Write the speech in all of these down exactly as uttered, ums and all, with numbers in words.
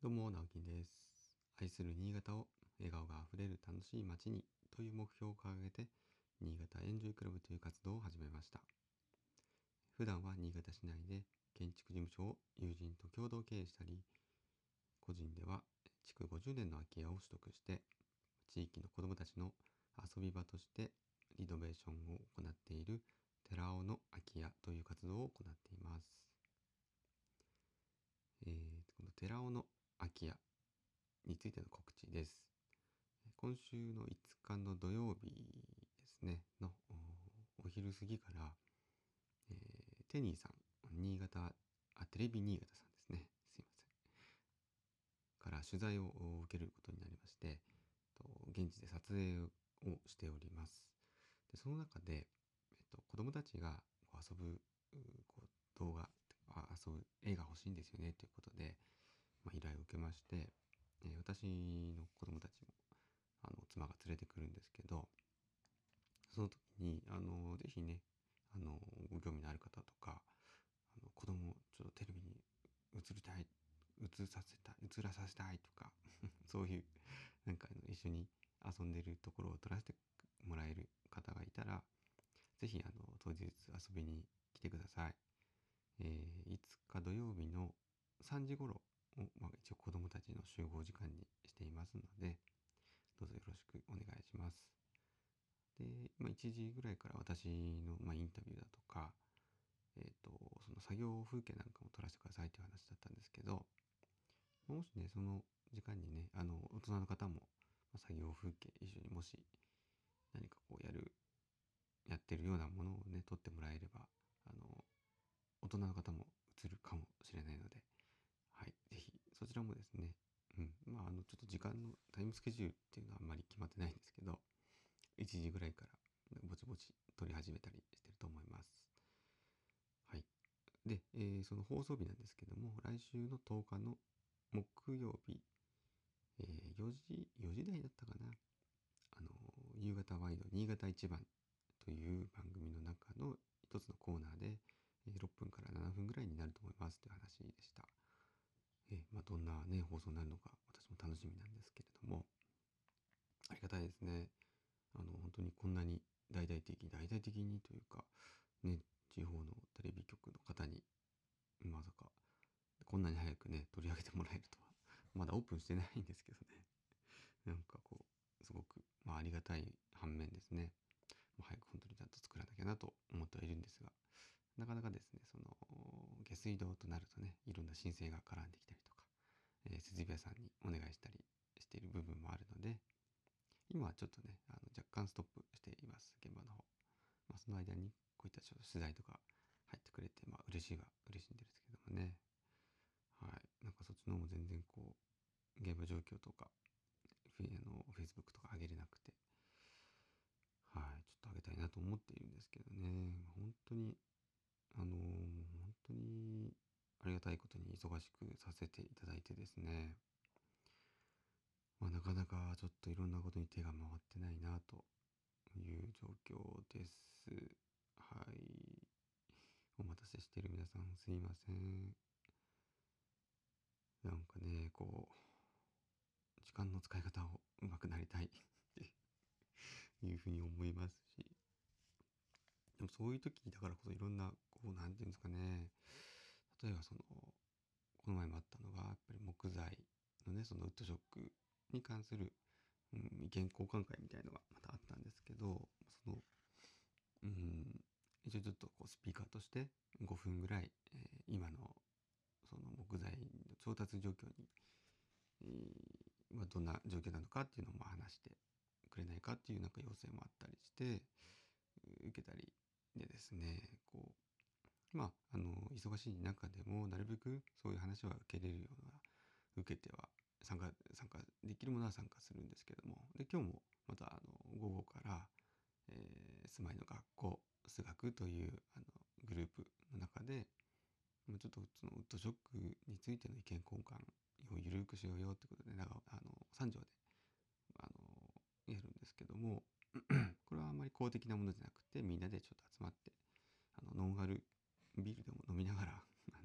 どうも、直樹です。愛する新潟を笑顔があふれる楽しい街にという目標を掲げて、新潟エンジョイクラブという活動を始めました。普段は新潟市内で建築事務所を友人と共同経営したり、個人では築ごじゅうねんの空き家を取得して、地域の子どもたちの遊び場としてリノベーションを行っている寺尾の空き家という活動を行っています。えー、この寺尾の空き家についての告知です。今週のいつかの土曜日ですねの お, お昼過ぎから、えー、テニーさん、新潟あテレビ新潟さんですね、すいませんから取材を受けることになりまして、と現地で撮影をしております。でその中で、えっと、子どもたちがこう遊ぶこう動画あ遊ぶ絵が欲しいんですよねということで、まあ、依頼を受けまして、えー、私の子どもたちもあの妻が連れてくるんですけど、その時にあのぜひね、あのご興味のある方とか、あの子供をちょっとテレビに映りたい映させたい映らさせたいとかそういうなんかあの一緒に遊んでるところを撮らせてもらえる方がいたら、ぜひあの当日遊びに来てください。えー、いつか土曜日のさんじ頃を、まあ、一応子供たちの集合時間にしていますので、どうぞよろしくお願いします。で、まあ、いちじぐらいから私の、まあ、インタビューだとか、えっと、その作業風景なんかも撮らせてくださいという話だったんですけど、もしね、その時間にね、あの、大人の方も、まあ、作業風景一緒にもし何かこうやる、やってるようなものをね、撮ってもらえれば、あの、大人の方も映るかもしれないので、はい、ぜひそちらもですね、うん、まあ、あの、ちょっと時間のタイムスケジュールっていうのはあんまり決まってないんですけど、いちじぐらいからぼちぼち撮り始めたりしてると思います。はい。で、えーその放送日なんですけども、来週のとおかの木曜日、えーよじ、よじ台だったかな。あの、夕方ワイド新潟一番という番組の中の一つのコーナーで、えーろっぷんからななふんぐらいになると思いますという話でした。えーまあ、どんなね、放送になるのか私も楽しみなんですけれども、ありがたいですね。あの、本当にこんなに大々的、大々的にというか、ね、地方のテレビ局の方に、まさか、こんなに早くね、取り上げてもらえるとは、まだオープンしてないんですけどね。なんかこう、すごく、まあありがたい反面ですね、もう早く本当にちゃんと作らなきゃなと思ってはいるんですが、なかなかですね、その、下水道となるとね、いろんな申請が絡んできたりとか、えー、設備屋さんにお願いしたりしている部分もあるので、今はちょっとね、あの若干ストップしています、現場の方。まあ、その間にこういったちょっと取材とか入ってくれて、まあ嬉しいは嬉しいんですけどもね。はい。なんかそっちの方も全然こう、現場状況とか、フェあの Facebook とか上げれなくて、はい。ちょっと上げたいなと思っているんですけどね。本当に、あのー本当にありがたいことに忙しくさせていただいてですね。まあなかなかちょっといろんなことに手が回ってないなという状況です。はい。お待たせしている皆さんすいません。なんかね、こう、時間の使い方を上手くなりたいっていうふうに思いますし、でもそういう時だからこそいろんな、こう、なんていうんですかね、例えばその、この前もあったのが、やっぱり木材のね、そのウッドショックに関する、うん、意見交換会みたいのがまたあったんですけど、その、うん、一応ちょっとこうスピーカーとしてごふんぐらい、えー今のその木材の調達状況に、えーまあ、どんな状況なのかっていうのをまあ話してくれないかっていうなんか要請もあったりして受けたりでですね、こうまああの忙しい中でもなるべくそういう話は受けれるような、受けては参加参加できるものは参加するんですけども、で今日もまたあの午後から、えー住まいの学校数学というあのグループの中で、まあちょっとそのウッドショックについての意見交換をゆるくしようよってことで、なんかあの三条であのやるんですけども、これはあんまり公的なものじゃなくて、みんなでちょっと集まってあのノンアルビールでも飲みながらあの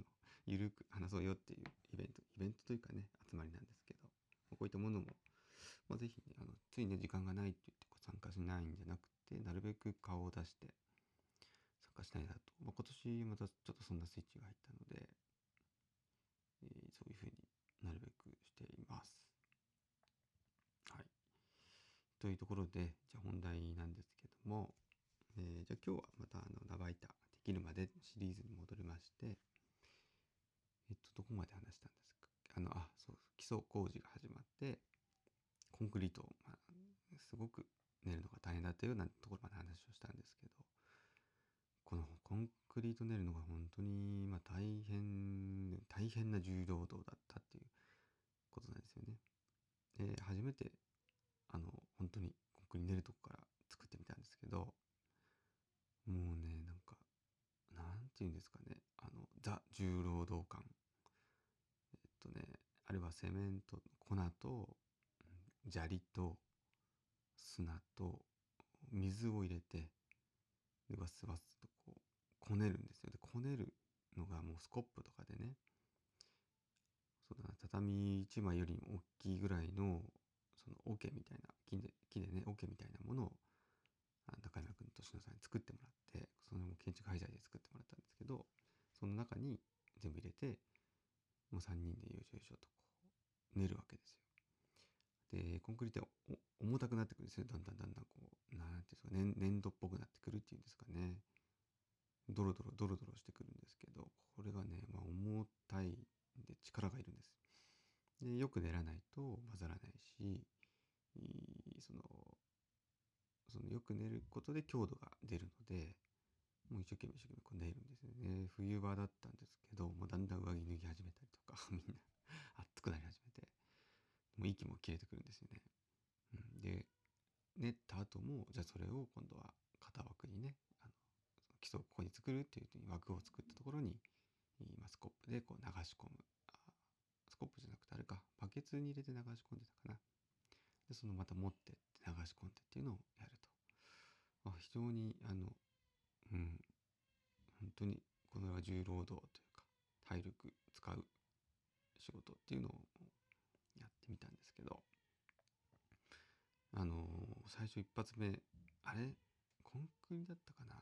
ゆるく話そうよっていうイベント、イベントというかね、集まりなんですけど、こういったものも、まあ、ぜひね、あの、ついね、時間がないって言ってこう参加しないんじゃなくて、なるべく顔を出して参加したいなと。まあ、今年またちょっとそんなスイッチが入ったので、えーそういうふうになるべくしています。はい。というところで、じゃあ本題なんですけども、えーじゃあ今日はまたあの、ラバイタできるまでシリーズに戻りまして、えっと、どこまで話したんですか？あの、あ、そう、基礎工事が始まって、コンクリートを、まあ、すごく練るのが大変だったようなところまで話をしたんですけど、このコンクリート練るのが本当に、まあ、大変、大変な重労働だったっていうことなんですよね。で、初めて、あの、本当にコンクリ練るとこから作ってみたんですけど、もうね、なんか、なんていうんですかね、あの、ザ重労働感。えっとね、あれはセメント、粉と、砂利と、砂と、水を入れて、で、わすわすとこう、こねるんですよ。で、こねるのがもうスコップとかでね、そうだな、畳一枚よりも大きいぐらいの、その桶みたいな、木で、木でね、桶みたいなものを、あ中山くんとしのさんに作ってもらって、その建築廃材で作ってもらったんですけど、その中に全部入れて、もうさんにんでよいしょよいしょとこう、練るわけですよ。で、コンクリって重たくなってくるんですよ。だんだんだんだんこう、なんていうんですか、粘土っぽくなってくるっていうんですかね。ドロドロドロドロしてくるんですけど、これがね、まあ、重たいんで力がいるんです。で、よく練らないと混ざらないし、その、そのよく練ることで強度が出るので、もう一生懸命一生懸命こう練るんですよね。冬場だったんですけど、もうだんだん上着脱ぎ始めたりとか、みんな暑くなり始めて、もう息も切れてくるんですよね。うん、で、練った後も、じゃあそれを今度は型枠にね、あの基礎をここに作るっていうふうに枠を作ったところに、今スコップでこう流し込む。あ、スコップじゃなくてあれか、バケツに入れて流し込んでたかな。で、そのまた持ってって流し込んでっていうのをやると。あ、非常に、あの、うん、本当にこれは重労働というか、体力使う仕事っていうのをやってみたんですけど、あのー最初一発目、あれコンクリだったかな、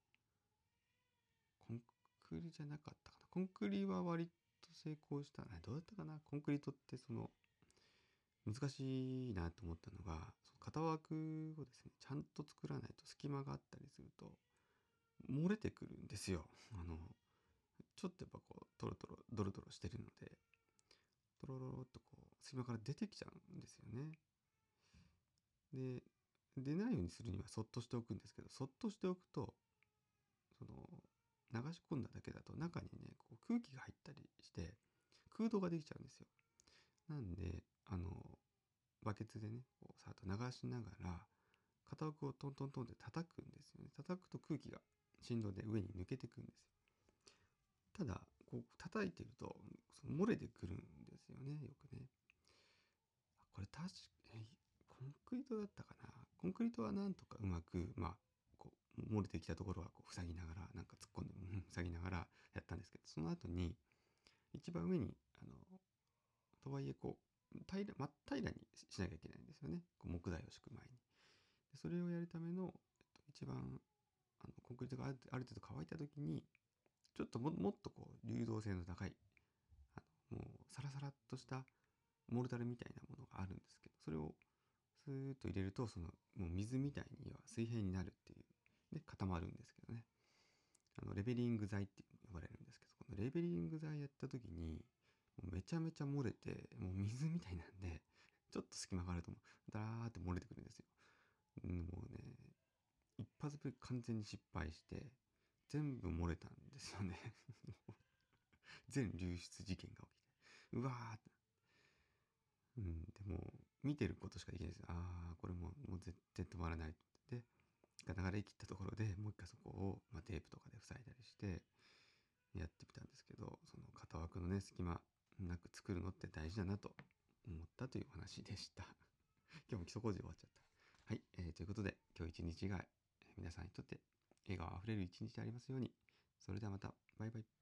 コンクリじゃなかったかな、コンクリは割と成功した。どうだったかな。コンクリートってその、難しいなと思ったのが、その型枠をですね、ちゃんと作らないと隙間があったりすると、漏れてくるんですよ。あの、ちょっとやっぱこう、トロトロ、ドロドロしてるので、トロロロっとこう、隙間から出てきちゃうんですよね。で、出ないようにするにはそっとしておくんですけど、そっとしておくと、その、流し込んだだけだと中にね、こう空気が入ったりして、空洞ができちゃうんですよ。なんで、あの、バケツでね、こうさっと流しながら、型枠をトントントンって叩くんですよね。叩くと空気が振動で上に抜けてくんですよ。ただ、こう叩いてると、その漏れてくるんですよね、よくね。これ確か、え、コンクリートだったかな。コンクリートはなんとかうまく、まあ、こう、漏れてきたところはこう塞ぎながら、なんか突っ込んで、うん、塞ぎながらやったんですけど、その後に、一番上に、あの、とはいえこう、平ら、真っ平らにしなきゃいけないんですよね。こう木材を敷く前に。でそれをやるための、えっと、一番、あの、コンクリートがあるある程度乾いた時に、ちょっとももっとこう、流動性の高い、あの、もう、サラサラっとしたモルタルみたいなものがあるんですけど、それをスーッと入れると、その、もう水みたいには水平になるっていう、で、固まるんですけどね。あの、レベリング剤って呼ばれるんですけど、このレベリング剤やった時に、もうめちゃめちゃ漏れて、もう水みたいなんで、ちょっと隙間があるともう、ダーって漏れてくるんですよ。うん、もうね、一発目完全に失敗して、全部漏れたんですよね。全流出事件が起きて。うわーって。うん、でも、見てることしかできないです。あー、これもう、もう絶対止まらないと思って。で、流れ切ったところでもう一回そこを、まあ、テープとかで塞いだりして、やってみたんですけど、その型枠のね、隙間なく作るのって大事だなと思ったというお話でした。今日も基礎工事終わっちゃった。はい、えー、ということで、今日一日が皆さんにとって笑顔あふれる一日でありますように。それではまた、バイバイ。